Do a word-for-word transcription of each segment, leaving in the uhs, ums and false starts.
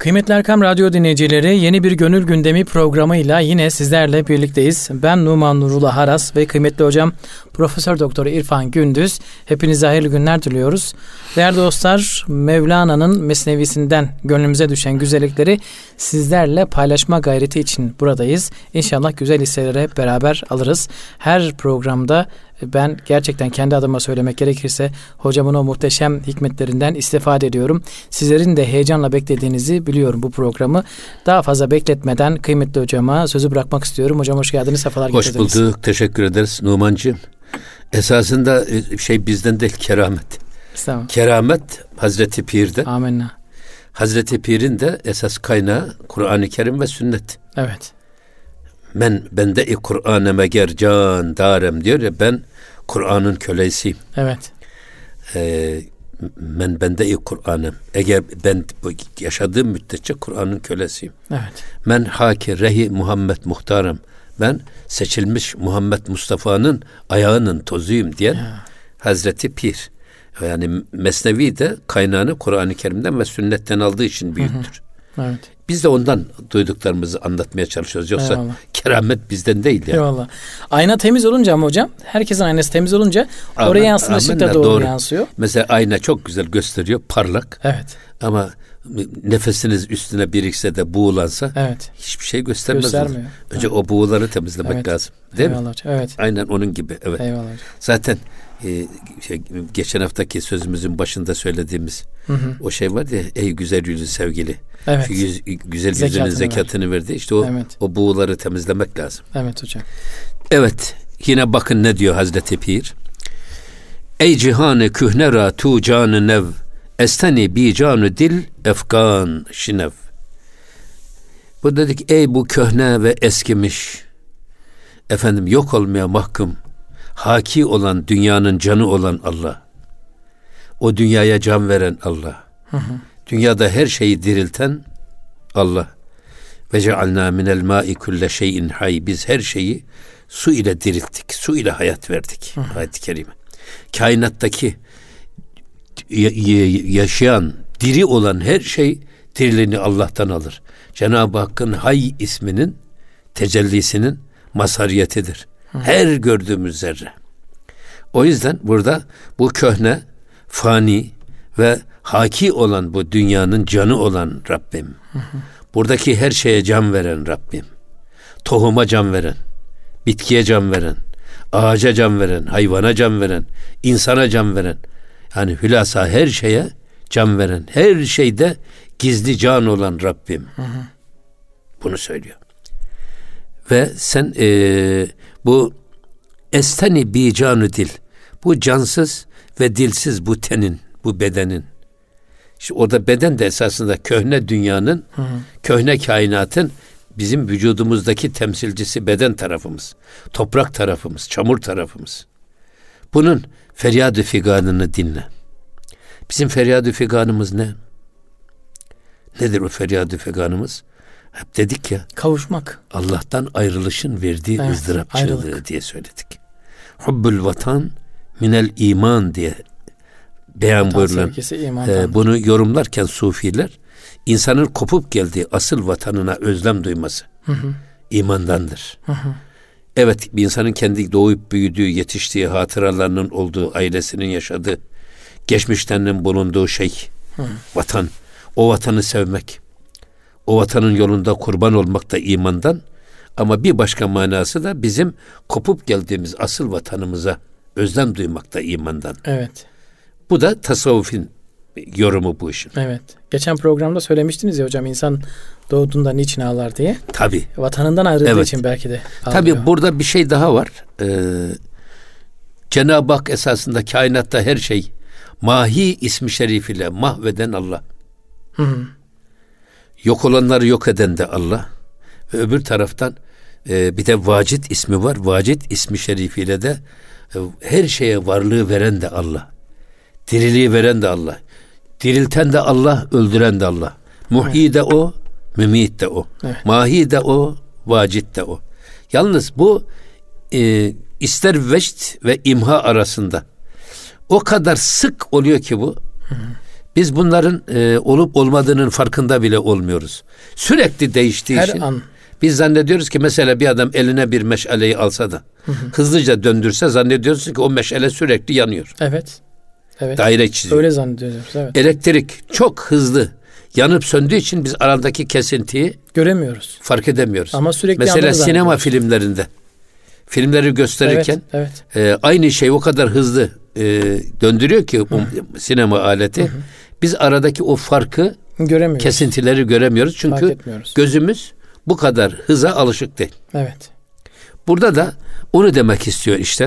Kıymetli Erkam Radyo dinleyicileri, yeni bir Gönül Gündemi programıyla yine sizlerle birlikteyiz. Ben Numan Nurullah Aras ve kıymetli hocam Profesör Doktor İrfan Gündüz. Hepinize hayırlı günler diliyoruz. Değerli dostlar, Mevlana'nın Mesnevisinden gönlümüze düşen güzellikleri sizlerle paylaşma gayreti için buradayız. İnşallah güzel hisseleri hep beraber alırız. Her programda ben gerçekten kendi adıma söylemek gerekirse hocamın o muhteşem hikmetlerinden istifade ediyorum. Sizlerin de heyecanla beklediğinizi biliyorum bu programı. Daha fazla bekletmeden kıymetli hocama sözü bırakmak istiyorum. Hocam hoş geldiniz, sefalar getirdiniz. Hoş bulduk, teşekkür ederiz Numancığım. Esasında şey bizden değil, keramet. Keramet Hazreti Pir'de. Amenna. Hazreti Pir'in de esas kaynağı Kur'an-ı Kerim ve sünnet. Evet. Men bende-i Kur'an-ı meger can darem diyor ya, ben Kur'an'ın kölesiyim. Evet. Ee, men bende-i Kur'an'ım. Eğer ben yaşadığım müddetçe Kur'an'ın kölesiyim. Evet. Men haki rehi Muhammed muhtarım. Ben seçilmiş Muhammed Mustafa'nın ayağının tozuyum diyen ya. Hazreti Pir. Yani Mesnevi de kaynağını Kur'an-ı Kerim'den ve sünnetten aldığı için büyüktür. Hı hı. Evet. Biz de ondan duyduklarımızı anlatmaya çalışıyoruz. Yoksa eyvallah, keramet bizden değil yani. Eyvallah. Ayna temiz olunca ama hocam, herkesin aynası temiz olunca amen, oraya yansıyan ışık da doğru, doğru yansıyor. Mesela ayna çok güzel gösteriyor, parlak. Evet. Ama nefesiniz üstüne birikse de buğulansa evet, hiçbir şey göstermez. Göstermiyor. Önce evet, o buğuları temizlemek evet, lazım. Değil eyvallah mi? Hocam. Evet. Aynen onun gibi. Evet. Eyvallah hocam. Zaten e, şey, geçen haftaki sözümüzün başında söylediğimiz hı hı, o şey var ya, ey güzel yüzlü sevgili. Evet. Şu yüz, güzel yüzünün zekatını, zekatını verdi. İşte o, evet, o buğuları temizlemek lazım. Evet hocam. Evet. Yine bakın ne diyor Hazreti Pir. Ey cihanı kühnera tu canı nev, estani bi canı dil efkan şinev. Bu dedik, ey bu köhne ve eskimiş, efendim yok olmaya mahkum, haki olan, dünyanın canı olan Allah. O dünyaya can veren Allah. Hı hı. Dünyada her şeyi dirilten Allah. Ve cealna minel ma'i kulle şeyin hay. Biz her şeyi su ile dirilttik. Su ile hayat verdik. Hı hı. Ayet-i kerime. Kainattaki yaşayan, diri olan her şey diriliğini Allah'tan alır. Cenab-ı Hakk'ın Hay isminin tecellisinin mazhariyetidir. Hı. Her gördüğümüz zerre. O yüzden burada bu köhne, fani ve haki olan bu dünyanın canı olan Rabbim. Hı hı. Buradaki her şeye can veren Rabbim. Tohuma can veren, bitkiye can veren, ağaca can veren, hayvana can veren, insana can veren. Yani hülasa her şeye can veren, her şeyde gizli can olan Rabbim. Hı hı. Bunu söylüyor. Ve sen e, bu estani bi canı dil, bu cansız ve dilsiz bu tenin, bu bedenin. İşte orada beden de esasında köhne dünyanın, hı hı, köhne kainatın bizim vücudumuzdaki temsilcisi beden tarafımız. Toprak tarafımız, çamur tarafımız. Bunun feryad-ı figanını dinle. Bizim feryad-ı figanımız ne? Nedir o feryad-ı figanımız? Hep dedik ya. Kavuşmak. Allah'tan ayrılışın verdiği evet, ızdırapçılığı ayrılık diye söyledik. Hubbul vatan minel iman diye beyan buyurulan. E, bunu yorumlarken sufiler, insanın kopup geldiği asıl vatanına özlem duyması hı hı, imandandır. Hı hı. Evet, bir insanın kendi doğup büyüdüğü, yetiştiği, hatıralarının olduğu, ailesinin yaşadığı, geçmişlerinin bulunduğu şey, hı, vatan. O vatanı sevmek, o vatanın yolunda kurban olmak da imandan, ama bir başka manası da bizim kopup geldiğimiz asıl vatanımıza özlem duymak da imandan. Evet. Bu da tasavvufun yorumu bu işin. Evet. Geçen programda söylemiştiniz ya hocam, insan doğduğunda niçin ağlar diye. Tabii. Vatanından ayrıldığı evet, için belki de ağlıyor. Tabii burada bir şey daha var. Ee, Cenab-ı Hak esasında kainatta her şey Mahi ismi şerifiyle mahveden Allah. Hı hı. Yok olanları yok eden de Allah. Ve öbür taraftan e, bir de Vacid ismi var. Vacid ismi şerifiyle de e, her şeye varlığı veren de Allah. Diriliği veren de Allah. Dirilten de Allah, öldüren de Allah. Muhyi de o, mümit de o. Evet. Mahi de o, vacid de o. Yalnız bu e, ister veçt ve imha arasında o kadar sık oluyor ki bu. Hı hı. Biz bunların e, olup olmadığının farkında bile olmuyoruz. Sürekli değiştiği Her için. an. Biz zannediyoruz ki mesela bir adam eline bir meşaleyi alsa da hı hı. hızlıca döndürse zannediyoruz ki o meşale sürekli yanıyor. Evet. Evet. Daire çiziyor. Öyle zannediyoruz. Evet. Elektrik çok hızlı yanıp söndüğü için biz aradaki kesintiyi göremiyoruz. Fark edemiyoruz. Ama sürekli mesela sinema filmlerinde filmleri gösterirken evet, evet. E, aynı şey o kadar hızlı e, döndürüyor ki o sinema aleti. Hı hı. Biz aradaki o farkı göremiyoruz. Kesintileri göremiyoruz. Çünkü gözümüz bu kadar hıza alışık değil. Evet. Burada da onu demek istiyor işte.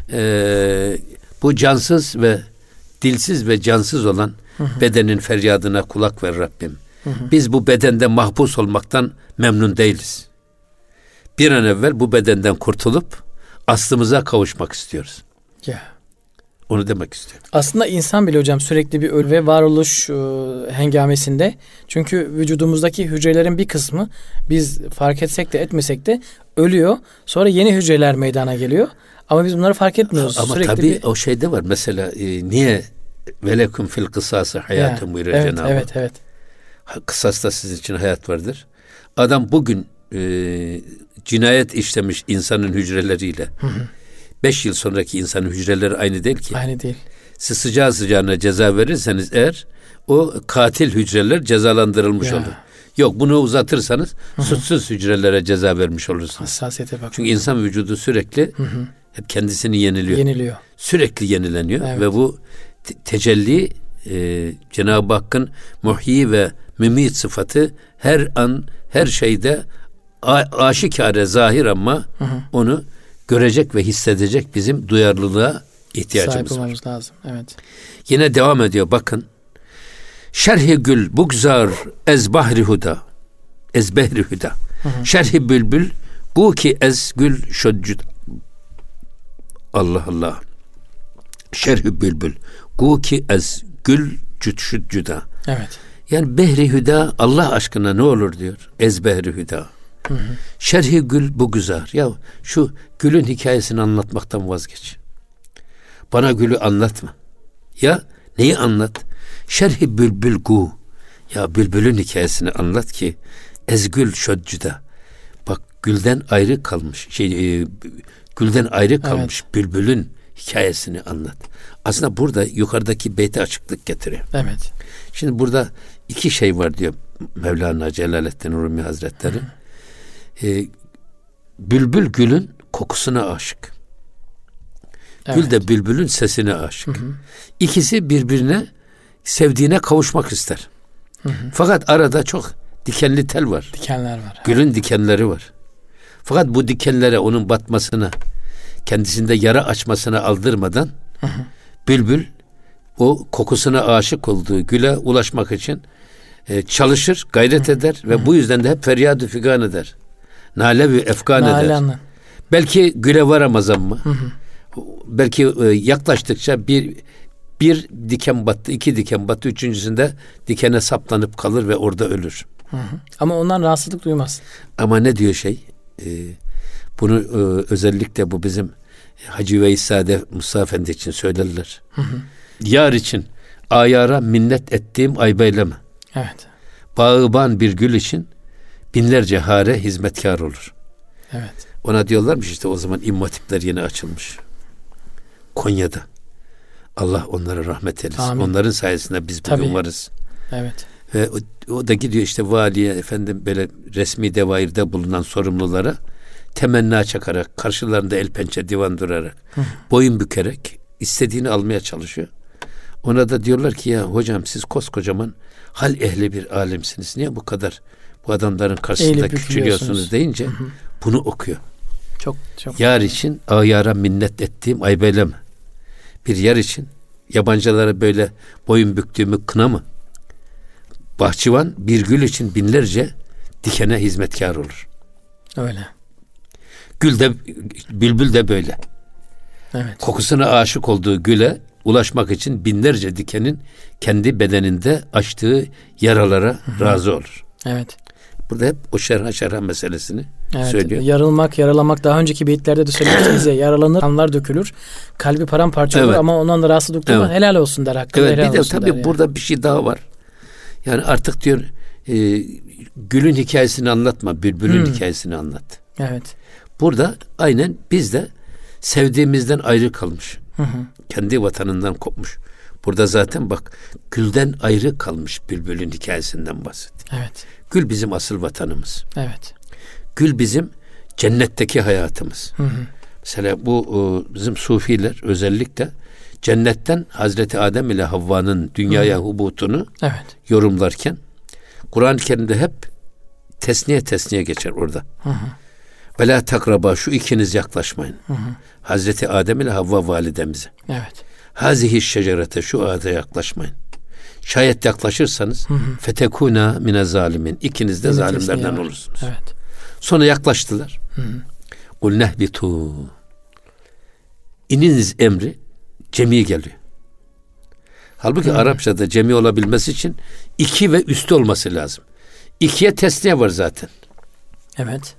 Ee, bu cansız ve dilsiz ve cansız olan hı hı. bedenin feryadına kulak ver Rabbim. Hı hı. Biz bu bedende mahpus olmaktan memnun değiliz. Bir an evvel bu bedenden kurtulup aslımıza kavuşmak istiyoruz. Ya. Onu demek istiyorum. Aslında insan bile hocam sürekli bir ölü ve varoluş e, hengamesinde. Çünkü vücudumuzdaki hücrelerin bir kısmı biz fark etsek de etmesek de ölüyor. Sonra yeni hücreler meydana geliyor. Ama biz bunları fark etmiyoruz. Ama sürekli tabii bir... o şeyde var. Mesela e, niye velekum fil kısası hayatın buyuruyor evet, Cenab-ı Evet, evet. Kısasta sizin için hayat vardır. Adam bugün e, cinayet işlemiş insanın hücreleriyle hı hı. Beş yıl sonraki insanın hücreleri aynı değil ki. Aynı değil. Siz sıcağı sıcağına ceza verirseniz eğer o katil hücreler cezalandırılmış ya. olur. Yok bunu uzatırsanız Hı-hı. suçsuz hücrelere ceza vermiş olursunuz. Hassasiyete bak. Çünkü insan vücudu sürekli Hı-hı. hep kendisini yeniliyor. Yeniliyor. Sürekli yenileniyor evet. ve bu te- tecelli e, Cenab-ı Hakk'ın muhyi ve mümit sıfatı her an her şeyde a- aşikare zahir ama Hı-hı. onu görecek ve hissedecek bizim duyarlılığa ihtiyacımız Sahip var. lazım. Evet. Yine devam ediyor bakın. Şerhi gül bugzar ez bahri huda. Ez behri huda. Şerhi bülbül bu ki ez gül şuccud. Allah Allah. Şerhi bülbül bu ki ez gül şuccuda. Evet. Yani behri huda Allah aşkına ne olur diyor. Ez behri huda. Hı hı. Şerhi gül bu güzel. Ya şu gülün hikayesini anlatmaktan vazgeç. Bana gülü anlatma. Ya neyi anlat? Şerhi bülbül gu. Ya bülbülün hikayesini anlat ki ezgül şöccüda. Bak gülden ayrı kalmış. Şey e, gülden ayrı kalmış evet. bülbülün hikayesini anlat. Aslında burada yukarıdaki beyti açıklık getiriyor. Evet. Şimdi burada iki şey var diyor Mevlana Celaleddin Rumi Hazretleri. Hı. Ee, bülbül gülün kokusuna aşık. Evet. Gül de bülbülün sesine aşık. Hı hı. İkisi birbirine sevdiğine kavuşmak ister. Hı hı. Fakat arada çok dikenli tel var. Dikenler var. Gülün evet. dikenleri var. Fakat bu dikenlere onun batmasına, kendisinde yara açmasına aldırmadan hı hı. bülbül o kokusuna aşık olduğu güle ulaşmak için e, çalışır, gayret hı hı. eder ve hı hı. bu yüzden de hep feryat-ı figan eder. Nale ve efkan eder. Belki güle varamaz ama. Hı hı. Belki e, yaklaştıkça bir bir diken battı, iki diken battı, üçüncüsünde dikene saplanıp kalır ve orada ölür. Hı hı. Ama ondan rahatsızlık duymaz. Ama ne diyor şey? E, bunu e, özellikle bu bizim Hacı Veysade Musa Efendi için söylerler. Hı hı. Yar için ayara minnet ettiğim aybeyleme. Evet. Bağıban bir gül için binlerce hare hizmetkar olur. Evet. Ona diyorlarmış işte o zaman İmam Hatipler yeni açılmış. Konya'da. Allah onlara rahmet eylesin. Amin. Onların sayesinde biz bugün Tabii. varız. Evet. Ve o, o da gidiyor işte valiye efendim böyle resmi devairde bulunan sorumlulara temenna çakarak, karşılarında el pençe divan durarak, Hı. boyun bükerek istediğini almaya çalışıyor. Ona da diyorlar ki ya hocam siz koskocaman hal ehli bir alimsiniz. Niye bu kadar bu adamların karşısında küçülüyorsunuz deyince hı hı. bunu okuyor. Çok çok. Yar için ayara minnet ettiğim aybeyleme. Bir yar için yabancılara böyle boyun büktüğümü kınama. Bahçıvan bir gül için binlerce dikene hizmetkar olur. Öyle. Gül de bülbül de böyle. Evet. Kokusuna aşık olduğu güle ulaşmak için binlerce dikenin kendi bedeninde açtığı yaralara Hı-hı. razı olur. Evet. Burada hep o şerha şerha meselesini evet, söylüyor. Yarılmak, yaralamak, daha önceki beyitlerde de söylemiştiniz ya, yaralanır, kanlar dökülür, kalbi paramparça olur, evet. Ama ondan da rahatsız doktorlar evet. helal olsun der hakkında. Evet, helal bir de tabii yani. Burada bir şey daha var. Yani artık diyor e, gülün hikayesini anlatma, bülbülün hmm. hikayesini anlat. Evet. Burada aynen biz de sevdiğimizden ayrı kalmış. Hı hı. Kendi vatanından kopmuş. Burada zaten bak, gülden ayrı kalmış bülbülün hikayesinden bahsediyor. Evet. Gül bizim asıl vatanımız. Evet. Gül bizim cennetteki hayatımız. Hı hı. Mesela bu o, bizim sufiler özellikle cennetten Hazreti Adem ile Havva'nın dünyaya hı hı. hubutunu evet. yorumlarken Kur'an-ı Kerim'de hep tesniye tesniye geçer orada. Hı hı. Ve la takraba, şu ikiniz yaklaşmayın. Hı hı. Hazreti Adem ile Havva validemize. Evet. Hazihi şecerete, şu ağaca yaklaşmayın. Şayet yaklaşırsanız fetekuna mine zalimin. İkiniz de Yine zalimlerden olursunuz. Evet. Sonra yaklaştılar. Kul nehbitu. İniniz emri cemi geliyor. Halbuki hı. Arapçada cemi olabilmesi için iki ve üstü olması lazım. İkiye tesniye var zaten. Evet.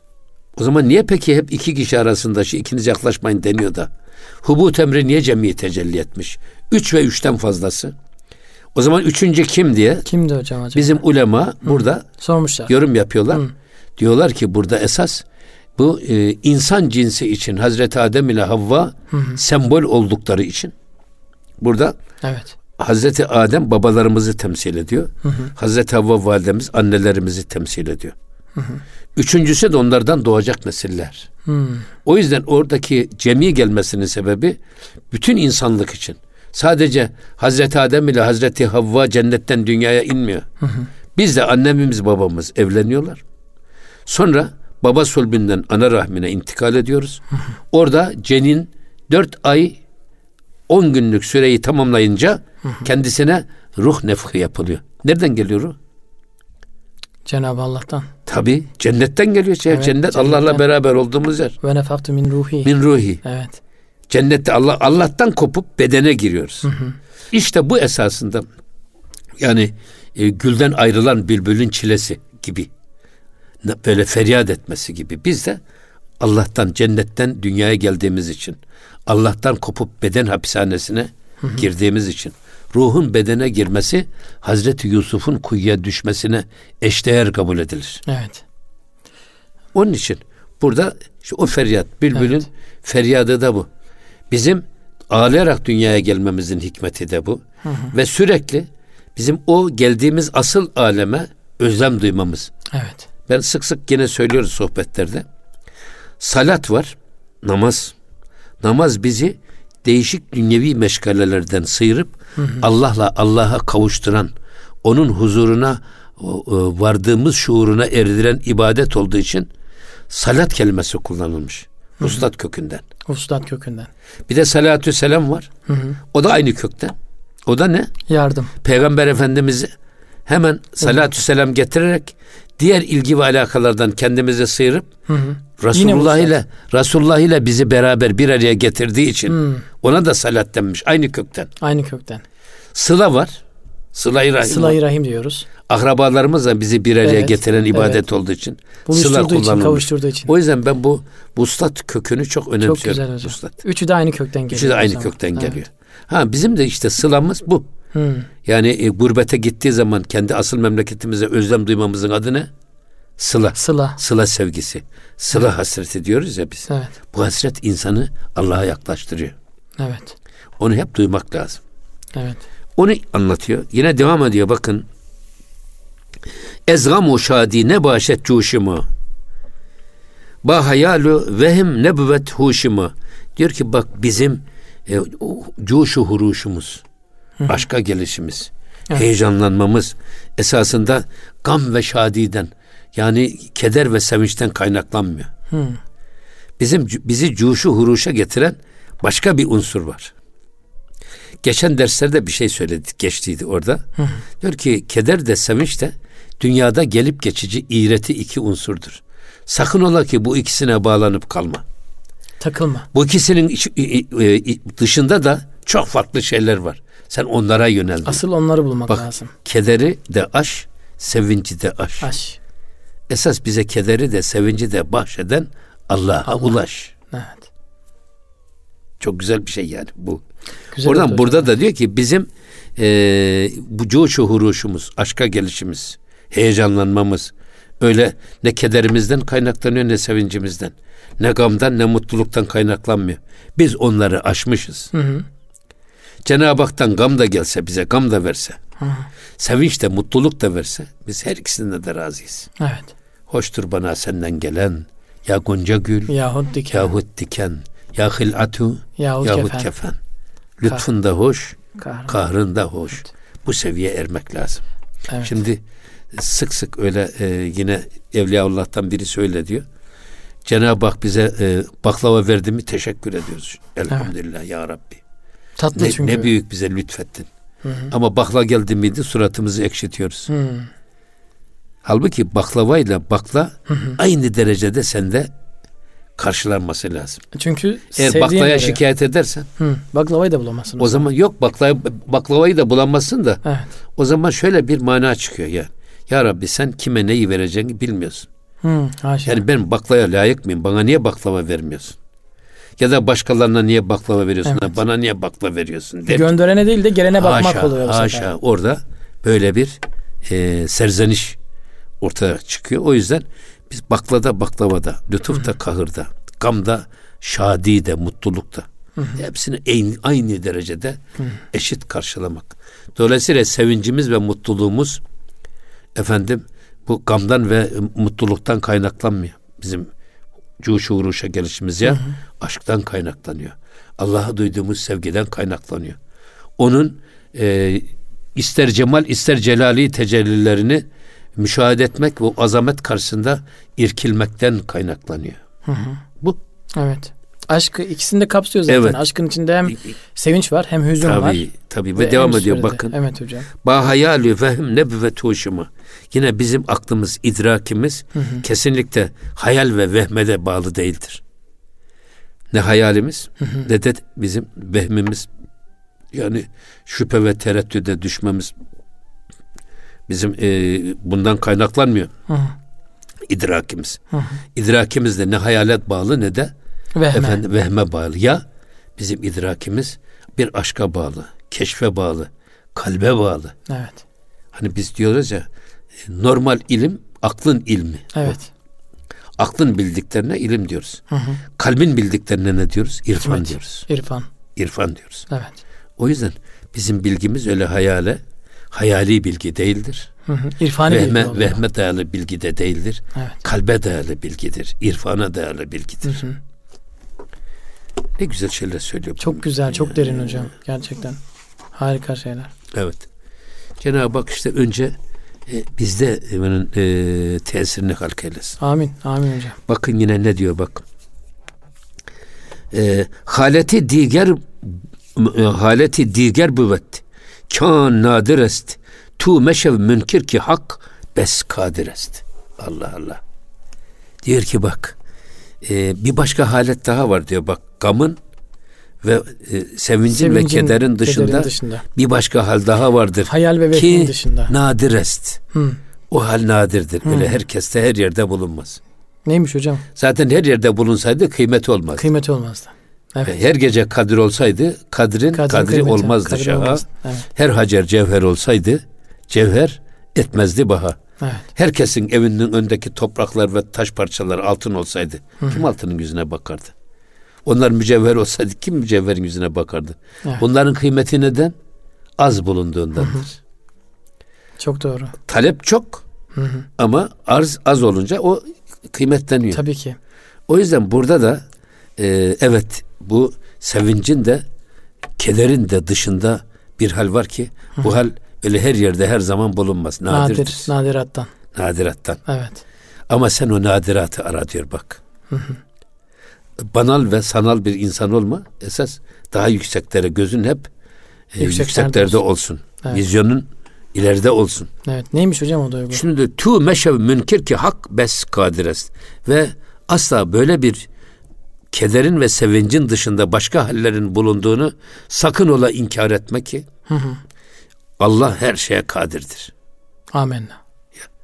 O zaman niye peki hep iki kişi arasında şu ikiniz yaklaşmayın deniyor da hubut emri niye cemi tecelli etmiş? Üç ve üçten fazlası. O zaman üçüncü kim diye kimdi hocam acaba? Bizim ulema Hı. burada sormuşlar. Yorum yapıyorlar. Hı. Diyorlar ki burada esas bu e, insan cinsi için Hazreti Adem ile Havva hı hı. sembol oldukları için burada evet. Hazreti Adem babalarımızı temsil ediyor. Hı hı. Hazreti Havva validemiz annelerimizi temsil ediyor. Hı hı. Üçüncüsü de onlardan doğacak nesiller. Hı. O yüzden oradaki cemi gelmesinin sebebi bütün insanlık için. Sadece Hazreti Adem ile Hazreti Havva cennetten dünyaya inmiyor. Hı hı. Biz de annemiz babamız evleniyorlar. Sonra baba sulbünden ana rahmine intikal ediyoruz. Hı hı. Orada cenin dört ay on günlük süreyi tamamlayınca hı hı. kendisine ruh nefhi yapılıyor. Nereden geliyor ruh? Cenab-ı Allah'tan. Tabii cennetten geliyor. Evet, Cennet cennetten. Allah'la beraber olduğumuz yer. Ve nefaktu min ruhi. Min ruhi. Evet. Cennette Allah Allah'tan kopup bedene giriyoruz. Hı hı. İşte bu esasında yani e, gülden ayrılan bülbülün çilesi gibi, böyle feryat etmesi gibi biz de Allah'tan, cennetten dünyaya geldiğimiz için, Allah'tan kopup beden hapishanesine hı hı. girdiğimiz için, ruhun bedene girmesi Hazreti Yusuf'un kuyuya düşmesine eşdeğer kabul edilir. Evet. Onun için burada şu o feryat, bülbülün evet. feryadı da bu. Bizim ağlayarak dünyaya gelmemizin hikmeti de bu. Hı hı. Ve sürekli bizim o geldiğimiz asıl aleme özlem duymamız. Evet. Ben sık sık yine söylüyoruz sohbetlerde. Salat var, namaz. Namaz bizi değişik dünyevi meşgalelerden sıyırıp hı hı. Allah'la Allah'a kavuşturan, onun huzuruna vardığımız şuuruna erdiren ibadet olduğu için salat kelimesi kullanılmış. Hı hı. Ustat kökünden. Ustat kökünden. Bir de salatü selam var. Hı hı. O da aynı kökten. O da ne? Yardım. Peygamber Efendimiz'i hemen salatü selam getirerek diğer ilgi ve alakalardan kendimizi sıyırıp hı hı. Resulullah ile Resulullah ile bizi beraber bir araya getirdiği için hı. ona da salat denmiş. Aynı kökten. Aynı kökten. Sıla var. Sıla-i Rahim. Sıla-i Rahim diyoruz. Akrabalarımızla bizi bir araya evet, getiren ibadet evet. olduğu için sıla kullanılmış. Kavuşturduğu için. O yüzden ben bu vuslat kökünü çok önemsiyorum. Çok güzel hocam. Vuslat. Üçü de aynı kökten geliyor. Üçü de aynı kökten evet. geliyor. Ha bizim de işte sılamız bu. Hmm. Yani e, gurbete gittiği zaman kendi asıl memleketimize özlem duymamızın adı ne? Sıla. Sıla. Sıla sevgisi. Sıla evet. hasreti diyoruz ya biz. Evet. Bu hasret insanı Allah'a yaklaştırıyor. Evet. Onu hep duymak lazım. Evet. Onu anlatıyor. Yine devam ediyor bakın. Ezgamu şadi ne başet cuşumu. Ba hayalu vehim nebüvet huşumu. Diyor ki bak bizim e, cuşu huruşumuz, Hı. aşka gelişimiz, evet. heyecanlanmamız esasında gam ve şadiden yani keder ve sevinçten kaynaklanmıyor. Hı. Bizim bizi cuşu huruşa getiren başka bir unsur var. Geçen derslerde bir şey söyledik, geçtiydi orada. Hı. Diyor ki keder de sevinç de dünyada gelip geçici iğreti iki unsurdur. Sakın ola ki bu ikisine bağlanıp kalma. Takılma. Bu ikisinin dışında da çok farklı şeyler var. Sen onlara yönel. Asıl onları bulmak Bak, lazım. Kederi de aş, sevinci de aş. Aş. Esas bize kederi de sevinci de bahşeden Allah'a Allah. ulaş. Evet. Çok güzel bir şey yani bu. Güzel Oradan burada hocam. Da diyor ki bizim e, bu coşu huruşumuz, aşka gelişimiz, heyecanlanmamız öyle ne kederimizden kaynaklanıyor ne sevincimizden. Ne gamdan ne mutluluktan kaynaklanmıyor. Biz onları aşmışız. Hı hı. Cenab-ı Hak'tan gam da gelse bize, gam da verse, hı hı. sevinç de mutluluk da verse biz her ikisinde de razıyız. Evet. Hoştur bana senden gelen ya gonca gül yahut diken, yahut, diken, ya hilatu yahut, yahut kefen. kefen. Lütfun da hoş, kahrın, kahrın da hoş. Evet. Bu seviyeye ermek lazım. Evet. Şimdi sık sık öyle e, yine Evliyaullah'tan biri söyle diyor. Cenab-ı Hak bize e, baklava verdi mi teşekkür ediyoruz. Elhamdülillah evet. Ya Rabbi. Tatlı ne, çünkü. Ne büyük bize lütfettin. Hı hı. Ama bakla geldi miydi suratımızı ekşitiyoruz. Hı. Halbuki baklavayla bakla hı hı. aynı derecede sende karşılanması lazım. Çünkü eğer baklaya yere. şikayet edersen hı. baklavayı da bulamazsın. O, o zaman yok baklavayı, baklavayı da bulamazsın da evet. o zaman şöyle bir mana çıkıyor yani. Ya Rabbi sen kime neyi vereceğini bilmiyorsun. Hı, yani ben baklaya layık mıyım? Bana niye baklava vermiyorsun? Ya da başkalarına niye baklava veriyorsun? Evet. Bana niye baklava veriyorsun? Der. Gönderene değil de gelene haşa, bakmak oluyor. Haşa. Orada böyle bir e, serzeniş ortaya çıkıyor. O yüzden biz baklada baklavada, lütufta kahırda, gamda, şadide, mutlulukta Hı-hı. hepsini aynı, aynı derecede Hı-hı. eşit karşılamak. Dolayısıyla sevincimiz ve mutluluğumuz efendim bu gamdan ve mutluluktan kaynaklanmıyor. Bizim cuşu uruşa gelişimiz ya hı hı. aşktan kaynaklanıyor. Allah'a duyduğumuz sevgiden kaynaklanıyor. Onun e, ister cemal ister celali tecellilerini müşahede etmek ve azamet karşısında irkilmekten kaynaklanıyor. Hı hı. Bu. Evet. Aşkı ikisini de kapsıyor zaten. Evet. Aşkın içinde hem sevinç var hem hüzün tabii, var. Tabii tabii ve, ve devam ediyor bakın. Evet hocam. Ba hayalü fehm nebüvet huşuma. Yine bizim aklımız, idrakimiz hı hı. kesinlikle hayal ve vehme de bağlı değildir. Ne hayalimiz hı hı. ne de bizim vehmimiz. Yani şüphe ve tereddüde düşmemiz bizim e, bundan kaynaklanmıyor. Hı hı. İdrakimiz. Hı hı. İdrakimiz de ne hayalet bağlı ne de vehme. Efendim, vehme bağlı. Ya bizim idrakimiz bir aşka bağlı, keşfe bağlı, kalbe bağlı. Evet. Hani biz diyoruz ya normal ilim aklın ilmi. Evet. Aklın bildiklerine ilim diyoruz. Hı hı. Kalbin bildiklerine ne diyoruz? İrfan evet. diyoruz. İrfan. İrfan diyoruz. Evet. O yüzden bizim bilgimiz öyle hayale, hayali bilgi değildir. Hı hı. İrfani vehme, bilgi oluyor. Vehme dayalı bilgi de değildir. Evet. Kalbe dayalı bilgidir. İrfana dayalı bilgidir. Hı hı. Ne güzel şeyler söylüyor. Çok güzel, çok yani. Derin hocam. Gerçekten. Harika şeyler. Evet. Cenab-ı Hak işte önce e, bizde bunun e, tesirini halk eylesin. Amin. Amin hocam. Bakın yine ne diyor bak. E, haleti diğer e, haleti diğer büvet. Kan nadir est. Tu meşev münkir ki hak bes kadir est. Allah Allah. Diyor ki bak e, bir başka halet daha var diyor bak. Gamın ve e, sevincin, sevincin ve kederin dışında, kederin dışında bir başka hal daha vardır. Hayal ve vehmin dışında. Nadir est. Hı. O hal nadirdir. Hı. Öyle herkeste her yerde bulunmaz. Neymiş hocam? Zaten her yerde bulunsaydı kıymeti olmazdı. Kıymeti olmazdı. Evet. Her gece kadir olsaydı kadrin kadri, kadri olmazdı kadri şaha. Olmazdı. Evet. Her hacer cevher olsaydı cevher etmezdi baha. Evet. Herkesin evinin önündeki topraklar ve taş parçaları altın olsaydı Hı. kim altının yüzüne bakardı? Onlar mücevher olsaydı kim mücevherin yüzüne bakardı? Evet. Onların kıymeti neden? Az bulunduğundandır. Hı hı. Çok doğru. Talep çok hı hı. ama arz az olunca o kıymetleniyor. Tabii ki. O yüzden burada da e, evet bu sevincin de kederin de dışında bir hal var ki hı hı. bu hal öyle her yerde her zaman bulunmaz. Nadirdir. Nadir, nadirattan. Nadirattan. Evet. Ama sen o nadiratı ara diyor bak. Hı hı. Banal ve sanal bir insan olma. Esas daha yükseklere gözün hep e, yükseklerde olsun. olsun. Evet. Vizyonun ileride olsun. Evet. Neymiş hocam o duygu? Şimdi de tu meşev münkir ki hak bes kadirest. Ve asla böyle bir kederin ve sevincin dışında başka hallerin bulunduğunu sakın ola inkar etme ki hı hı. Allah her şeye kadirdir. Amenna.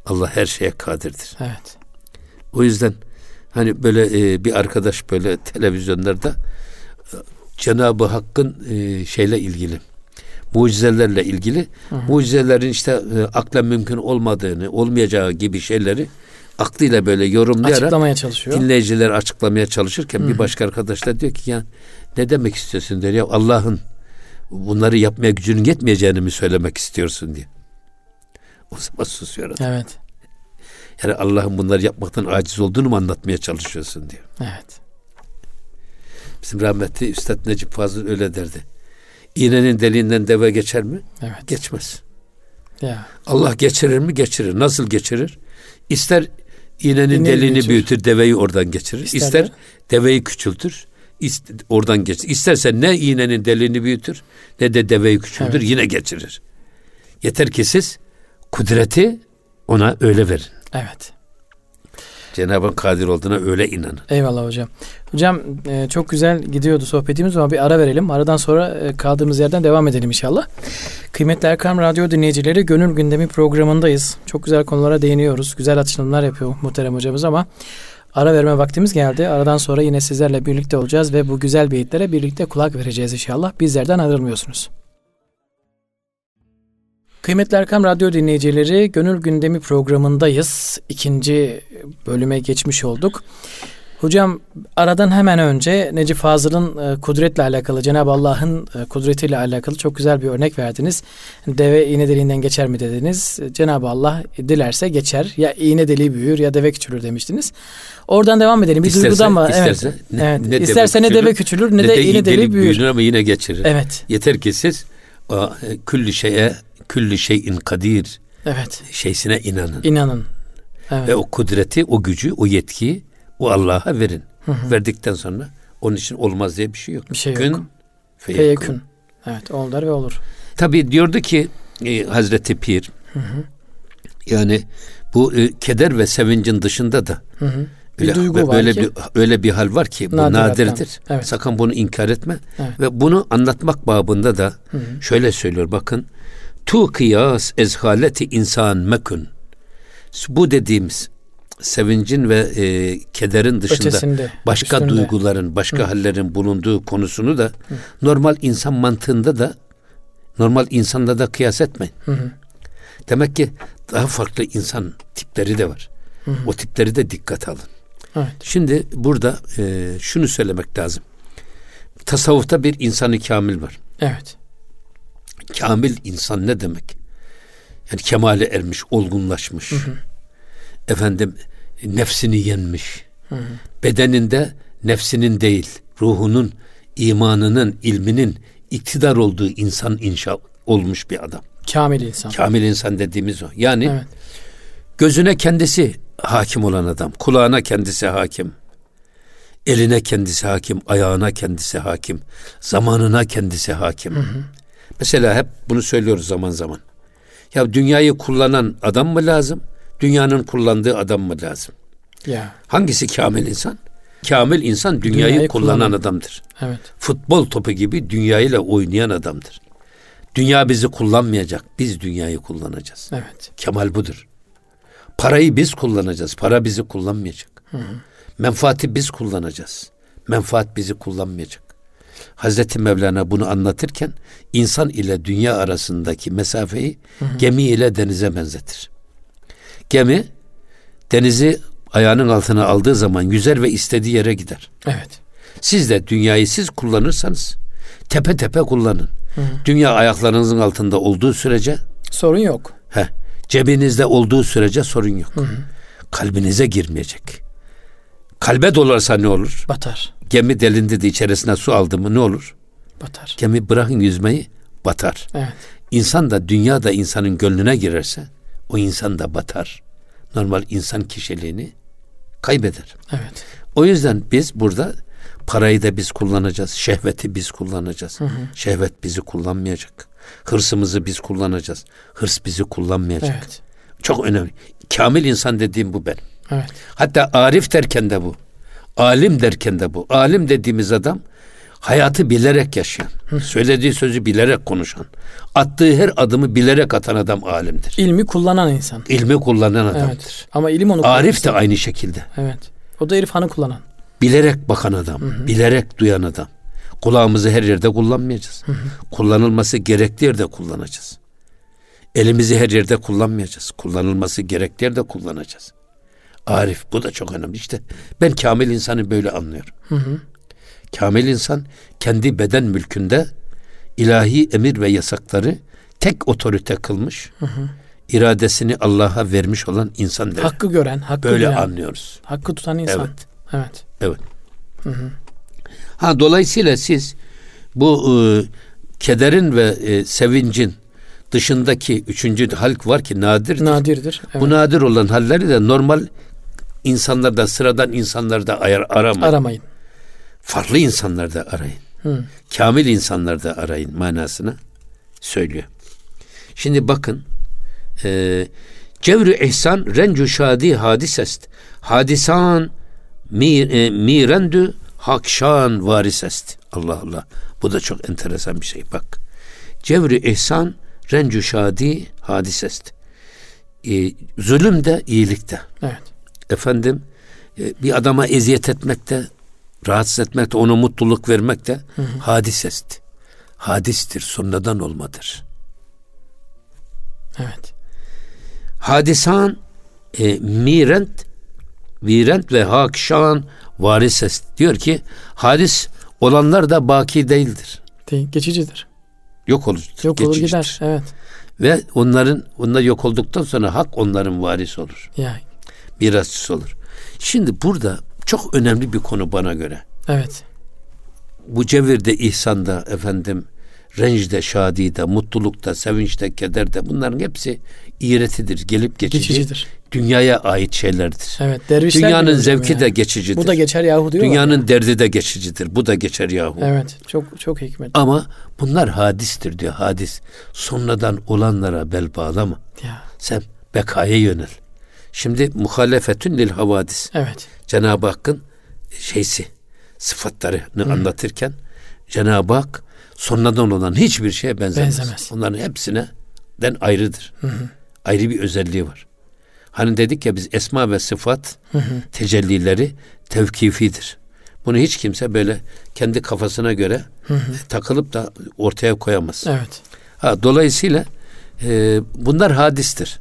Allah her şeye kadirdir. Evet. O yüzden hani böyle e, bir arkadaş böyle televizyonlarda e, Cenab-ı Hakk'ın e, şeyle ilgili, mucizelerle ilgili, hı hı. mucizelerin işte e, akla mümkün olmadığını, olmayacağı gibi şeyleri aklıyla böyle yorumlayarak açıklamaya çalışıyor. Dinleyiciler açıklamaya çalışırken hı hı. bir başka arkadaş da diyor ki ya ne demek istiyorsun diyor ya, Allah'ın bunları yapmaya gücünün yetmeyeceğini mi söylemek istiyorsun diye. O zaman susuyor adam. Evet. Yani Allah'ın bunları yapmaktan aciz olduğunu mu anlatmaya çalışıyorsun diyor. Evet. Bizim rahmetli Üstad Necip Fazıl öyle derdi. İğnenin deliğinden deve geçer mi? Evet. Geçmez. Ya. Allah geçirir mi? Geçirir. Nasıl geçirir? İster iğnenin İğneyi deliğini büyütür. büyütür, deveyi oradan geçirir. İster, İster deveyi küçültür, ist- oradan geçirir. İsterse ne iğnenin deliğini büyütür, ne de deveyi küçültür, evet. yine geçirir. Yeter ki siz kudreti ona öyle verin. Evet. Cenab-ı Hak kadir olduğuna öyle inanın. Eyvallah hocam. Hocam e, çok güzel gidiyordu sohbetimiz ama bir ara verelim. Aradan sonra e, kaldığımız yerden devam edelim inşallah. Kıymetli Erkam Radyo dinleyicileri, Gönül Gündemi programındayız. Çok güzel konulara değiniyoruz. Güzel açılımlar yapıyor muhterem hocamız ama ara verme vaktimiz geldi. Aradan sonra yine sizlerle birlikte olacağız ve bu güzel beyitlere birlikte kulak vereceğiz inşallah. Bizlerden ayrılmıyorsunuz. Kıymetli Erkam Radyo dinleyicileri, Gönül Gündemi programındayız. İkinci bölüme geçmiş olduk. Hocam aradan hemen önce Necip Fazıl'ın kudretle alakalı, Cenab-ı Allah'ın kudretiyle alakalı çok güzel bir örnek verdiniz. Deve iğne deliğinden geçer mi dediniz. Cenab-ı Allah dilerse geçer. Ya iğne deliği büyür ya deve küçülür demiştiniz. Oradan devam edelim. Bir isterse, duygudan mı? İsterse, evet. ne, evet. ne İsterse deve ne deve küçülür ne, ne de iğne deliği büyür. büyür ama yine geçirir. Evet. Yeter ki siz o, külli şeye, külli şeyin kadir evet. şeysine inanın. İnanın. Evet. Ve o kudreti, o gücü, o yetkiyi o Allah'a verin. Hı hı. Verdikten sonra onun için olmaz diye bir şey yok. Bir şey Kün, yok. feyekün. Feyekün. Evet, ol der ve olur. Tabii diyordu ki e, Hazreti Pir, hı hı. yani bu e, keder ve sevincin dışında da hı hı. Bir öyle, duygu var öyle ki, bir öyle bir hal var ki bu nadir nadirdir. Evet. Sakın bunu inkar etme. Evet. Ve bunu anlatmak babında da hı hı. şöyle söylüyor, bakın. Tu kıyas ezhaleti insan mekun. Bu dediğimiz sevincin ve e, kederin dışında ötesinde, başka üstünde. duyguların, başka Hı. hallerin bulunduğu konusunu da Hı. normal insan mantığında da normal insanda da kıyas etmeyin. Hı hı. Demek ki daha farklı insan tipleri de var. Hı hı. O tipleri de dikkate alın. Evet. Şimdi burada e, şunu söylemek lazım. Tasavvufta bir insanı kamil var. Evet. Kamil insan ne demek? Yani kemale ermiş, olgunlaşmış. Hı hı. Efendim nefsini yenmiş. Hı hı. Bedeninde nefsinin değil, ruhunun, imanının, ilminin iktidar olduğu insan inşa olmuş bir adam. Kamil insan. Kamil insan dediğimiz o. Yani evet. gözüne kendisi hakim olan adam, kulağına kendisi hakim, eline kendisi hakim, ayağına kendisi hakim, zamanına kendisi hakim. Hı hı. Mesela hep bunu söylüyoruz zaman zaman. Ya dünyayı kullanan adam mı lazım? Dünyanın kullandığı adam mı lazım? Ya. Hangisi kamil insan? Kamil insan dünyayı, dünyayı kullanan, kullanan adamdır. Evet. Futbol topu gibi dünyayla oynayan adamdır. Dünya bizi kullanmayacak. Biz dünyayı kullanacağız. Evet. Kemal budur. Parayı biz kullanacağız. Para bizi kullanmayacak. Hı hı. Menfaati biz kullanacağız. Menfaat bizi kullanmayacak. Hazreti Mevlana bunu anlatırken insan ile dünya arasındaki mesafeyi hı hı. gemi ile denize benzetir. Gemi denizi ayağının altına aldığı zaman yüzer ve istediği yere gider. Evet. Siz de dünyayı siz kullanırsanız tepe tepe kullanın. Hı hı. Dünya ayaklarınızın altında olduğu sürece sorun yok. He, cebinizde olduğu sürece sorun yok. Hı hı. Kalbinize girmeyecek. Kalbe dolarsa ne olur? Batar. Gemi delindi de içerisine su aldı mı ne olur? Batar. Gemi bırakın yüzmeyi, batar. Evet. İnsan da dünya da insanın gönlüne girerse o insan da batar. Normal insan kişiliğini kaybeder. Evet. O yüzden biz burada parayı da biz kullanacağız. Şehveti biz kullanacağız. Hı hı. Şehvet bizi kullanmayacak. Hırsımızı biz kullanacağız. Hırs bizi kullanmayacak. Evet. Çok önemli. Kamil insan dediğim bu benim. Evet. Hatta arif derken de bu. Alim derken de bu. Alim dediğimiz adam Hayatı bilerek yaşayan, Hı. söylediği sözü bilerek konuşan, attığı her adımı bilerek atan adam alimdir. İlmi kullanan insan. İlmi kullanan adamdır. Evet. Ama ilim onu kullanan. Arif de aynı şekilde. Evet. O da irfanı kullanan. Bilerek bakan adam, hı hı. bilerek duyan adam. Kulağımızı her yerde kullanmayacağız. Hı hı. Kullanılması gerektiği yerde kullanacağız. Elimizi her yerde kullanmayacağız. Kullanılması gerektiği yerde kullanacağız. Arif, bu da çok önemli. İşte ben kamil insanı böyle anlıyorum. Hı hı. Kamil insan kendi beden mülkünde ilahi emir ve yasakları tek otorite kılmış, hı hı. iradesini Allah'a vermiş olan insan der. Hakkı gören, hakkı böyle bilen, anlıyoruz. Hakkı tutan insan. Evet. Evet. Evet. Hı hı. Ha, dolayısıyla siz bu e, kederin ve e, sevincin dışındaki üçüncü halk var ki nadirdir. Nadirdir. Evet. Bu nadir olan halleri de normal insanlarda, sıradan insanlarda ayar, aramayın. Aramayın. Farklı insanlarda arayın. Hı. Kamil insanlarda arayın manasını söylüyor. Şimdi bakın e, cevr-i ihsan rencu şadi hadisest. Hadisan mir, e, mirendü hakşan varisest. Allah Allah. Bu da çok enteresan bir şey. Bak. Cevr-i ihsan rencu şadi hadisest. E, zulüm de iyilikte. Evet. Efendim e, bir adama eziyet etmekte, rahatsız etmekte, ona mutluluk vermekte hadisest. Hadistir, sonradan olmadır. Evet. Hadisan e, mirent virent ve hakşan varisest. Diyor ki hadis olanlar da baki değildir. Değil, geçicidir. Yok olur. Yok olur gider. Evet. Ve onların onlar yok olduktan sonra hak onların varisi olur. Yani. Mirasçısı olur. Şimdi burada çok önemli bir konu bana göre. Evet. Bu cevirde, ihsanda, efendim, rencde, şadide, mutlulukta, sevinçte, kederde bunların hepsi iğretidir, gelip geçici. Geçicidir. Dünyaya ait şeylerdir. Evet, dervişler dünyanın zevki yani. de geçicidir. Bu da geçer yahu diyorlar. Dünyanın yani. derdi de geçicidir. Bu da geçer yahu. Evet, çok çok hikmet. Ama bunlar hadistir diyor, hadis. Sonradan olanlara bel bağlama. Ya. Sen bekaya yönel. Şimdi muhalefetün lil havadis. Evet. Cenab-ı Hakk'ın şeysi, sıfatlarını Hı. anlatırken Cenab-ı Hak sonradan olan hiçbir şeye benzemez. Benzemez. Onların hepsine den ayrıdır. Hı hı. Ayrı bir özelliği var. Hani dedik ya biz esma ve sıfat hı hı. tecellileri tevkifidir. Bunu hiç kimse böyle kendi kafasına göre hı hı. takılıp da ortaya koyamaz. Evet. Ha, dolayısıyla e, bunlar hadistir.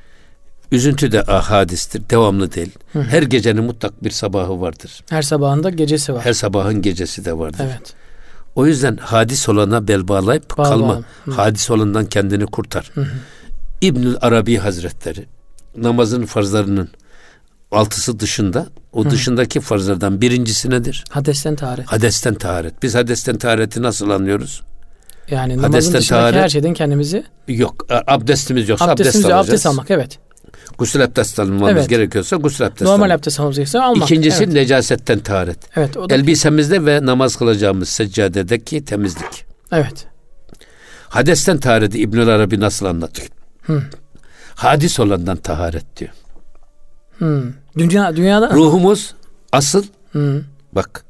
Üzüntü de hadistir, devamlı değil. Hı hı. Her gecenin mutlak bir sabahı vardır. Her sabahın da gecesi var. Her sabahın gecesi de vardır. Evet. O yüzden hadis olana bel bağlayıp Bağ kalma. Hı. Hadis olandan kendini kurtar. Hı hı. İbnül Arabi Hazretleri namazın farzlarının altısı dışında, o hı. dışındaki farzlardan birincisi nedir? Hadesten taharet. Hadesten taharet. Biz hadesten tahareti nasıl anlıyoruz? Yani namazın hadesten dışındaki taharet, her şeyden kendimizi... Yok, abdestimiz yoksa abdest alacağız. Abdest almak, evet. Gusül abdest almamız evet. gerekiyorsa gusül abdest normal almak. abdest almamız gerekiyorsa almak. İkincisi evet. necasetten taharet. Evet, o da... Elbisemizde ve namaz kılacağımız seccadedeki temizlik. Evet. Hadesten tahareti İbnül Arabi nasıl anlatıyor? Hı. Hadis olandan taharet diyor. Hı. Dünya, dünyada... Ruhumuz asıl, Hı. bak,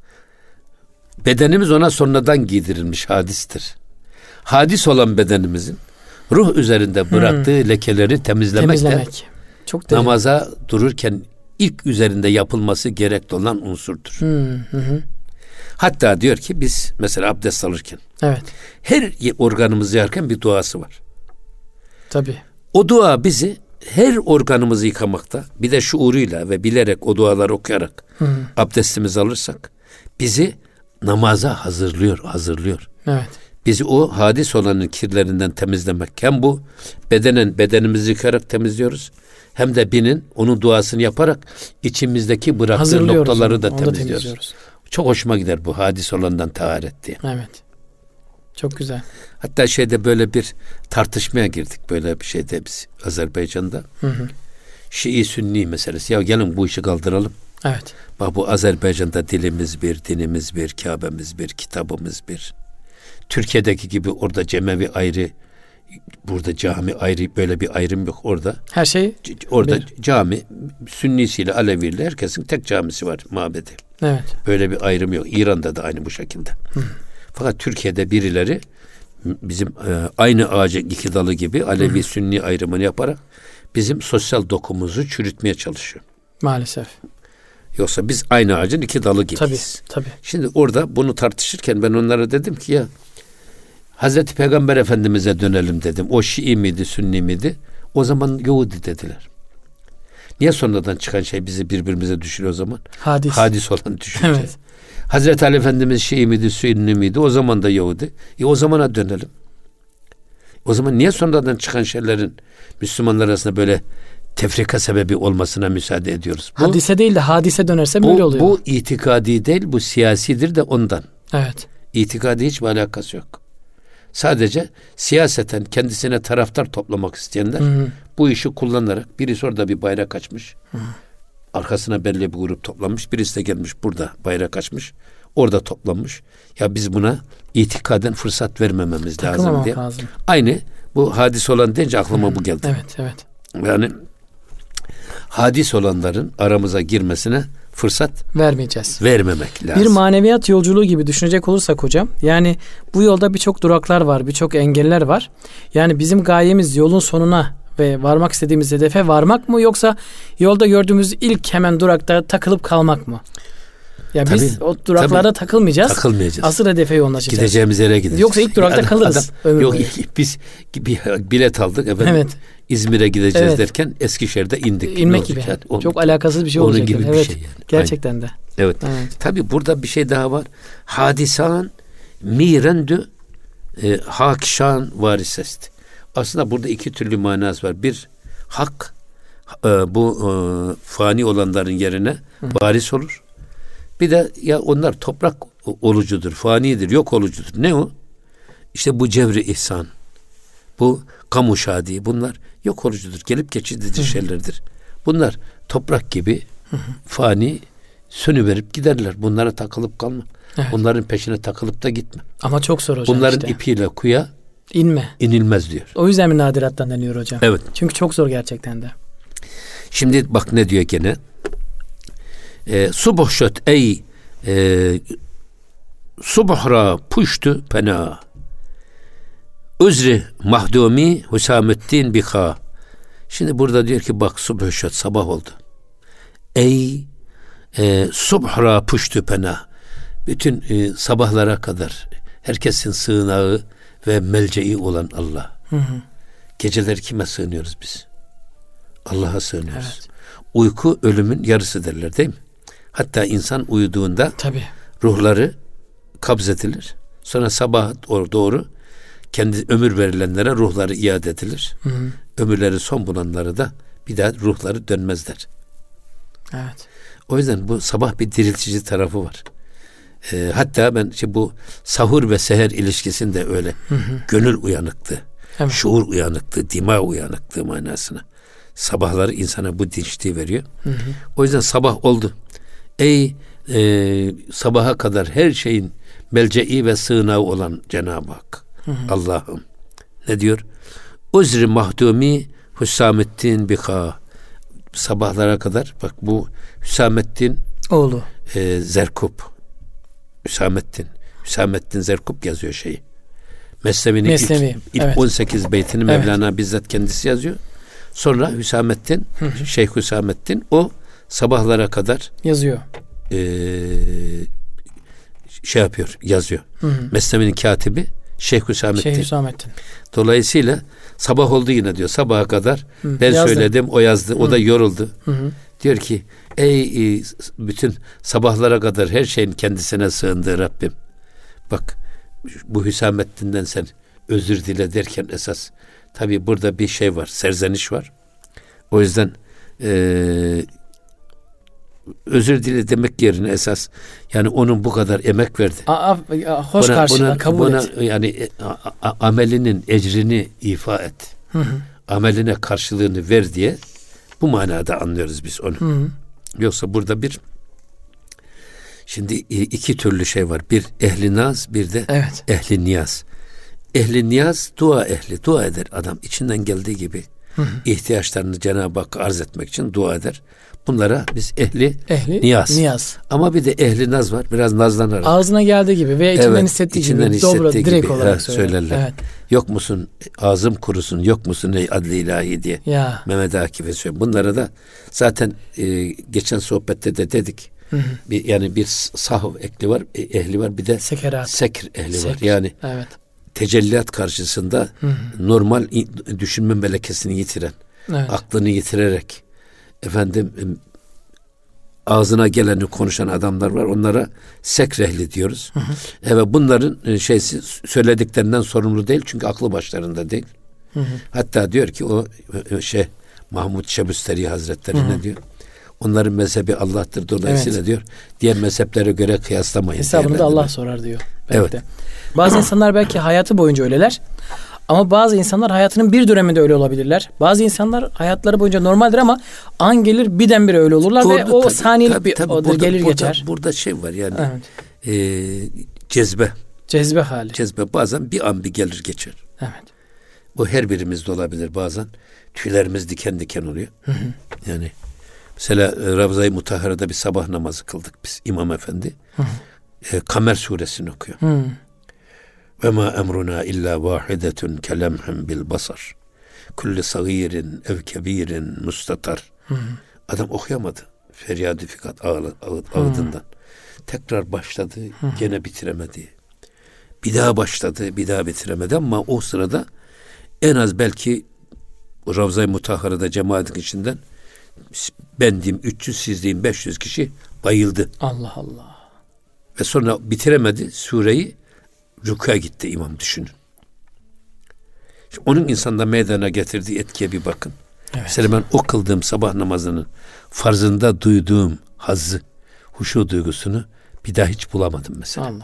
bedenimiz ona sonradan giydirilmiş hadistir. Hadis olan bedenimizin ruh üzerinde bıraktığı hmm. lekeleri temizlemek, temizlemek. de çok namaza dururken ilk üzerinde yapılması gerekli olan unsurdur. Hmm. Hı hı. Hatta diyor ki biz mesela abdest alırken evet. her organımızı yıkarken bir duası var. Tabii. O dua bizi her organımızı yıkamakta, bir de şuuruyla ve bilerek o duaları okuyarak hı hı. abdestimizi alırsak bizi namaza hazırlıyor, hazırlıyor. Evet. Bizi o hadis olanın kirlerinden temizlemek. Hem bu bedenen bedenimizi yıkarak temizliyoruz. Hem de binin onun duasını yaparak içimizdeki bıraktığı noktaları da temizliyoruz. da temizliyoruz. Çok hoşuma gider bu hadis olandan taharet diye. Evet. Çok güzel. Hatta şeyde böyle bir tartışmaya girdik. Böyle bir şeyde biz Azerbaycan'da. Hı hı. Şii Sünni meselesi. Ya gelin bu işi kaldıralım. Evet. Bak bu Azerbaycan'da dilimiz bir, dinimiz bir, Kabe'miz bir, kitabımız bir. Türkiye'deki gibi orada Cemevi ayrı, Burada cami ayrı, böyle bir ayrım yok orada. Her şey orada bir. Cami Sünnisiyle Aleviyle herkesin tek camisi var, mabedi. Evet. Böyle bir ayrım yok. İran'da da aynı bu şekilde. Hı. Fakat Türkiye'de birileri bizim e, aynı ağacın iki dalı gibi Alevi Hı. Sünni ayrımını yaparak bizim sosyal dokumuzu çürütmeye çalışıyor. Maalesef. Yoksa biz aynı ağacın iki dalı gibiyiz. Tabii, tabii. Şimdi orada bunu tartışırken ben onlara dedim ki ya Hazreti Peygamber Efendimiz'e dönelim dedim. O Şii miydi, Sünni miydi? O zaman Yahudi dediler. Niye sonradan çıkan şey bizi birbirimize düşürüyor o zaman? Hadis. Hadis olan düşünce. Evet. Hazreti Ali Efendimiz Şii miydi, Sünni miydi? O zaman da Yahudi. E o zamana dönelim. O zaman niye sonradan çıkan şeylerin Müslümanlar arasında böyle tefrika sebebi olmasına müsaade ediyoruz? Bu, hadise değil de hadise dönerse bu, böyle oluyor. Bu itikadi değil, bu siyasidir de ondan. Evet. İtikadi hiçbir alakası yok. Sadece siyaseten kendisine taraftar toplamak isteyenler hı hı. bu işi kullanarak, birisi orada bir bayrak açmış. Hı hı. Arkasına belli bir grup toplanmış. Birisi de gelmiş burada bayrak açmış. Orada toplanmış. Ya biz buna itikaden fırsat vermememiz Takılmamak lazım diye. Lazım. Aynı bu hadis olan deyince aklıma hı. bu geldi. Evet, evet. Yani hadis olanların aramıza girmesine fırsat vermeyeceğiz. Vermemek lazım. Bir maneviyat yolculuğu gibi düşünecek olursak hocam, yani bu yolda birçok duraklar var, birçok engeller var. Yani bizim gayemiz yolun sonuna ve varmak istediğimiz hedefe varmak mı, yoksa yolda gördüğümüz ilk hemen durakta takılıp kalmak mı? Ya tabii, biz o duraklarda tabii, takılmayacağız. Takılmayacağız. Asıl hedefe yoğunlaşacağız. Gideceğimiz yere gideceğiz. Yoksa ilk durakta adam, kalırız. Adam, yok ilk, biz bir bilet aldık efendim. Evet. İzmir'e gideceğiz evet. derken Eskişehir'de indik. İnmek gibi. Yani, onun, Çok alakasız bir şey olacak. Onun gibi evet. bir şey yani. Gerçekten Aynen. de. Evet. evet. Tabii burada bir şey daha var. Hadisan mirendü e, hakşan varisest. Aslında burada iki türlü manası var. Bir, hak e, bu e, fani olanların yerine Hı. varis olur. Bir de ya onlar toprak olucudur, fanidir, yok olucudur. Ne o? İşte bu cevri ihsan, bu kamu şadi, bunlar yok olucudur, gelip geçici şeylerdir. Bunlar toprak gibi hı hı. fani, sönüverip giderler. Bunlara takılıp kalma. Evet. Bunların peşine takılıp da gitme. Ama çok zor hocam. Bunların işte. ipiyle kuya inme. inilmez diyor. O yüzden mi nadirattan deniyor hocam? Evet. Çünkü çok zor gerçekten de. Şimdi bak ne diyor gene. E, subuh şöt ey e, subuhra puştu pena özri mahdumi Hüsamettin bika. Şimdi burada diyor ki bak subuh şöt sabah oldu. Ey e, subuhra puştu pena. Bütün e, sabahlara kadar herkesin sığınağı ve melceği olan Allah. Hı hı. Geceleri kime sığınıyoruz biz? Allah'a sığınıyoruz. Evet. Uyku ölümün yarısı derler değil mi? Hatta insan uyuduğunda Tabii. ruhları kabzedilir. Sonra sabah doğru kendi ömür verilenlere ruhları iade edilir. Hı hı. Ömürleri son bulanları da bir daha ruhları dönmezler. Evet. O yüzden bu sabah bir diriltici tarafı var. Ee, hatta ben işte bu sahur ve seher ilişkisinde öyle hı hı. gönül uyanıktı. Evet. Şuur uyanıktı, dima uyanıktı manasına. Sabahları insana bu dinçliği veriyor. Hı hı. O yüzden sabah oldu. Ey e, sabaha kadar her şeyin melce'i ve sığınağı olan Cenab-ı Hak. Allah'ım. Ne diyor? Uzri mahdumi Hüsamettin bika. Sabahlara kadar bak bu Hüsamettin oğlu. E, Zerkup. Hüsamettin. Hüsamettin Zerkup yazıyor şeyi. Mesnevi'nin Mesnevi, ilk, ilk evet. on sekiz beytini Mevlana evet. bizzat kendisi yazıyor. Sonra Hüsamettin, hı hı. Şeyh Hüsamettin o sabahlara kadar yazıyor. E, şey yapıyor, yazıyor. Hı hı. Mesnevi'nin katibi Şeyh Hüsamettin. Şeyh Hüsamettin. Dolayısıyla sabah oldu yine diyor. Sabaha kadar hı, ben yazdım. söyledim, o yazdı. O hı. da yoruldu. Hı hı. Diyor ki ey bütün sabahlara kadar her şeyin kendisine sığındığı Rabbim. Bak bu Hüsamettin'den sen özür dile derken esas tabii burada bir şey var, serzeniş var. O yüzden e, özür dile demek yerine esas yani onun bu kadar emek verdi. Aa, hoş buna, karşıla, buna, kabul buna, et. Yani a, a, amelinin ecrini ifa et. Hı hı. Ameline karşılığını ver diye bu manada anlıyoruz biz onu. Hı hı. Yoksa burada bir şimdi iki türlü şey var. Bir ehli naz, bir de evet. ehli niyaz. ehli niyaz dua ehli. Dua eder adam. İçinden geldiği gibi hı hı. ihtiyaçlarını Cenab-ı Hakk'a arz etmek için dua eder. Bunlara biz ehli, ehli niyaz. niyaz. Ama bir de ehli naz var. Biraz nazlanarak. Ağzına geldiği gibi veya içinden evet, hissettiği içinden gibi. Hissettiği dobra, gibi direkt olarak ha, söylerler. Evet. Yok musun ağzım kurusun, yok musun ey adli ilahi diye. Ya. Mehmet Akif'e söylüyor. Bunlara da zaten e, geçen sohbette de dedik. Hı hı. Bir, yani bir sahv ehli var, ehli var, bir de Sekerat. sekr ehli sekr. var. Yani evet. tecelliyat karşısında hı hı. normal düşünme melekesini yitiren, evet. aklını yitirerek efendim ağzına geleni konuşan adamlar var. Onlara sekr ehli diyoruz. Hı hı. Evet, bunların şeysi söylediklerinden sorumlu değil çünkü aklı başlarında değil. Hı hı. Hatta diyor ki o şey Mahmud Şebüsteri Hazretleri hı hı. ne diyor? Onların mezhebi Allah'tır. Dolayısıyla evet. diyor diğer mezheplere göre kıyaslamayın. Hesabını da Allah sorar diyor. Evet. De. Bazı insanlar belki hayatı boyunca öyleler. Ama bazı insanlar hayatının bir döneminde öyle olabilirler. Bazı insanlar hayatları boyunca normaldir ama an gelir birdenbire öyle olurlar Doğru, ve o tabii, saniyelik tabii, bir tabii, odur, burada, gelir burada, geçer. Burada şey var yani evet. e, cezbe. Cezbe hali. Cezbe bazen bir an bir gelir geçer. Evet. Bu her birimizde olabilir bazen. Tüylerimiz diken diken oluyor. Hı hı. Yani mesela Ravza-i Mutahhara'da bir sabah namazı kıldık biz İmam Efendi. Hı hı. E, Kamer suresini okuyor. Hı. Ve ma emruna illa vahidetun kelemhum bil basar. Kulli sagirin ev kebirin mustatar. Hı hı. Adam okuyamadı. Feryadı fikat ağlı, ağ, ağıdından. Tekrar başladı. Hı hı. Gene bitiremedi. Bir daha başladı. Bir daha bitiremedi ama o sırada en az belki Ravza-i Mutahhara'da cemaatin içinden ben diyeyim üç yüz, siz diyeyim beş yüz kişi bayıldı. Allah Allah. Ve sonra bitiremedi sureyi. Rükûa gitti imam, düşünün. Şimdi onun insanda meydana getirdiği etkiye bir bakın. Evet. Mesela ben o kıldığım sabah namazının farzında duyduğum hazzı, huşu duygusunu bir daha hiç bulamadım mesela. Allah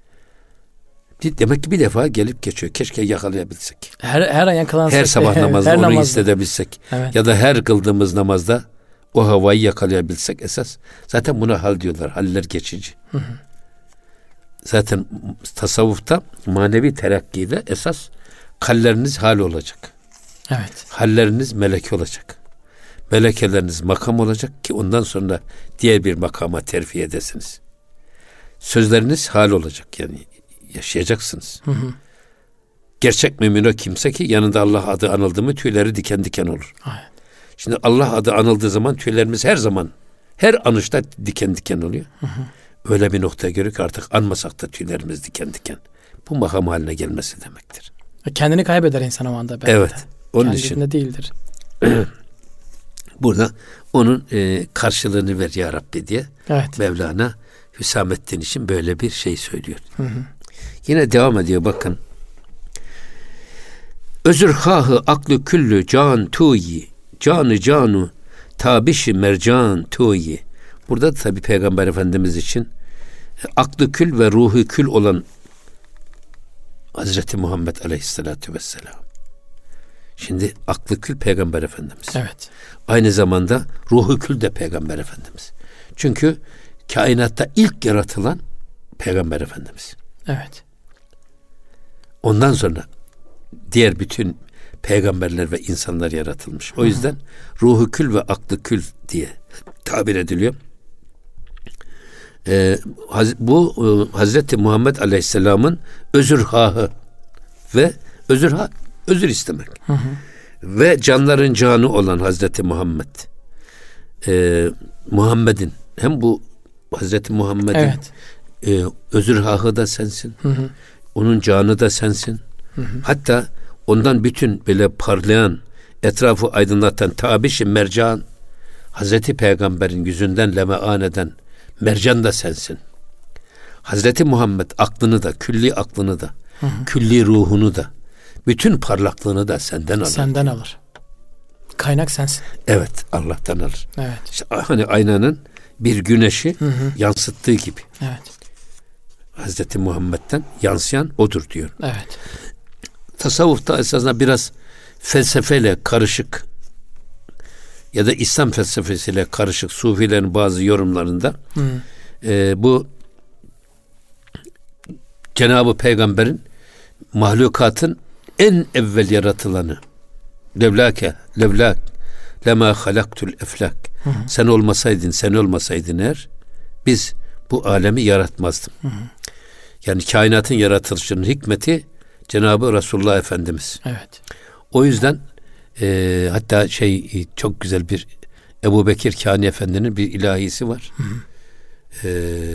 Allah. Demek ki bir defa gelip geçiyor. Keşke yakalayabilsek. Her her an yakalansak. Her sabah namazda her onu namazda. hissedebilsek. Evet. Ya da her kıldığımız namazda o havayı yakalayabilsek esas. Zaten buna hal diyorlar. Haller geçici. Hı hı. Zaten tasavvufta manevi terakkide esas halleriniz hal olacak. Evet. Halleriniz meleke olacak. Melekeleriniz makam olacak ki ondan sonra diğer bir makama terfi edesiniz. Sözleriniz hal olacak, yani yaşayacaksınız. Hı hı. Gerçek mümin o kimse ki yanında Allah adı anıldı mı tüyleri diken diken olur. Evet. Şimdi Allah adı anıldığı zaman tüylerimiz her zaman, her anışta diken diken oluyor. Hı hı. Öyle bir noktaya göre ki artık anmasak da tüylerimiz diken diken. Bu makam haline gelmesi demektir. Kendini kaybeder insan o anda. Evet. De. Onun Kendinde için değildir. Burada onun e, karşılığını ver ya Rabbi diye evet. Mevlana Hüsamettin için böyle bir şey söylüyor. Hı hı. Yine devam ediyor bakın. Özür hahı aklı küllü can tuyi, canı canu tabişi mercan tuyi. Burada da tabi Peygamber Efendimiz için aklı kül ve ruhu kül olan Hazreti Muhammed Aleyhisselatü Vesselam. Şimdi aklı kül Peygamber Efendimiz. Evet. Aynı zamanda ruhu kül de Peygamber Efendimiz. Çünkü kainatta ilk yaratılan Peygamber Efendimiz. Evet. Ondan sonra diğer bütün peygamberler ve insanlar yaratılmış. O yüzden Hı. ruhu kül ve aklı kül diye tabir ediliyor. Ee, bu e, Hazreti Muhammed Aleyhisselam'ın özürhahı ve özürha özür istemek. Hı hı. Ve canların canı olan Hazreti Muhammed. Ee, Muhammed'in hem bu Hazreti Muhammed'in evet. e, özürhahı da sensin. Hı hı. Onun canı da sensin. Hı hı. Hatta ondan bütün böyle parlayan, etrafı aydınlatan tabişi mercan, Hazreti Peygamber'in yüzünden lemean eden mercan da sensin. Hazreti Muhammed aklını da, külli aklını da, hı hı. külli ruhunu da, bütün parlaklığını da senden alır. Senden alır. Kaynak sensin. Evet, Allah'tan alır. Evet. İşte hani aynanın bir güneşi hı hı. yansıttığı gibi. Evet. Hazreti Muhammed'den yansıyan odur diyor. Evet. Tasavvufta esasında biraz felsefeyle karışık ya da İslam felsefesiyle karışık Sufilerin bazı yorumlarında e, bu Cenab-ı Peygamber'in mahlukatın en evvel yaratılanı. Levlake, levlak, lema halaktul eflak. Hı hı. Sen olmasaydın, sen olmasaydın eğer, biz bu alemi yaratmazdım. Hı hı. Yani kainatın yaratılışının hikmeti Cenab-ı Resulullah Efendimiz. Evet. O yüzden e, hatta şey çok güzel bir Ebu Bekir Kani Efendi'nin bir ilahisi var. Hı hı. E,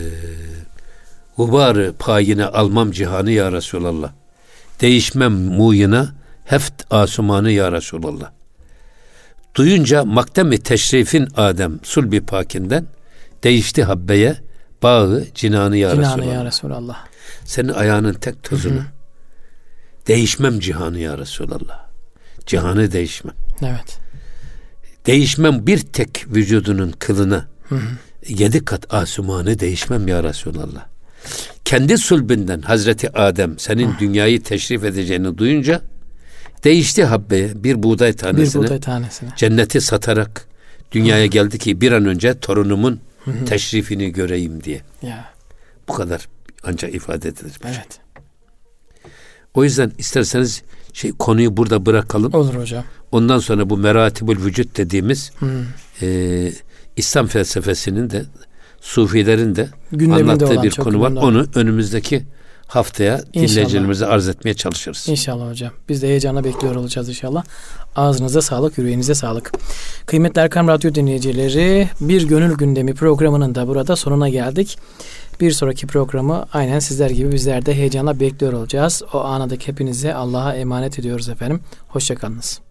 Gubarı payine almam cihanı ya Resulallah. Değişmem muyuna heft asumanı ya Resulallah. Duyunca makdem-i teşrifin Adem sulbi pakinden değişti habbeye bağı cinanı ya cinanı Resulallah. Ya Resulallah. Senin ayağının tek tozunu. Hı hı. Değişmem cihanı ya Resulallah. Cihanı değişmem. Evet. Değişmem bir tek vücudunun kılına. Hı hı. Yedi kat asumanı değişmem ya Resulallah. Kendi sulbinden Hazreti Adem senin hı. dünyayı teşrif edeceğini duyunca değişti habbeye bir buğday tanesine. Bir buğday tanesine. Cenneti satarak dünyaya hı. geldi ki bir an önce torunumun hı hı. teşrifini göreyim diye. Ya. Bu kadar ancak ifade edilir. Evet. O yüzden isterseniz şey konuyu burada bırakalım. Olur hocam. Ondan sonra bu meratibül vücut dediğimiz hmm. e, İslam felsefesinin de Sufilerin de gündeminde anlattığı bir konu var. Onu önümüzdeki haftaya İnşallah. dinleyicilerimize arz etmeye çalışırız. İnşallah hocam. Biz de heyecanla bekliyor olacağız inşallah. Ağzınıza sağlık, yüreğinize sağlık. Kıymetli Erkam Radyo dinleyicileri, Bir Gönül Gündemi programının da burada sonuna geldik. Bir sonraki programı aynen sizler gibi bizler de heyecanla bekliyor olacağız. O anadaki hepinize Allah'a emanet ediyoruz efendim. Hoşça kalınız.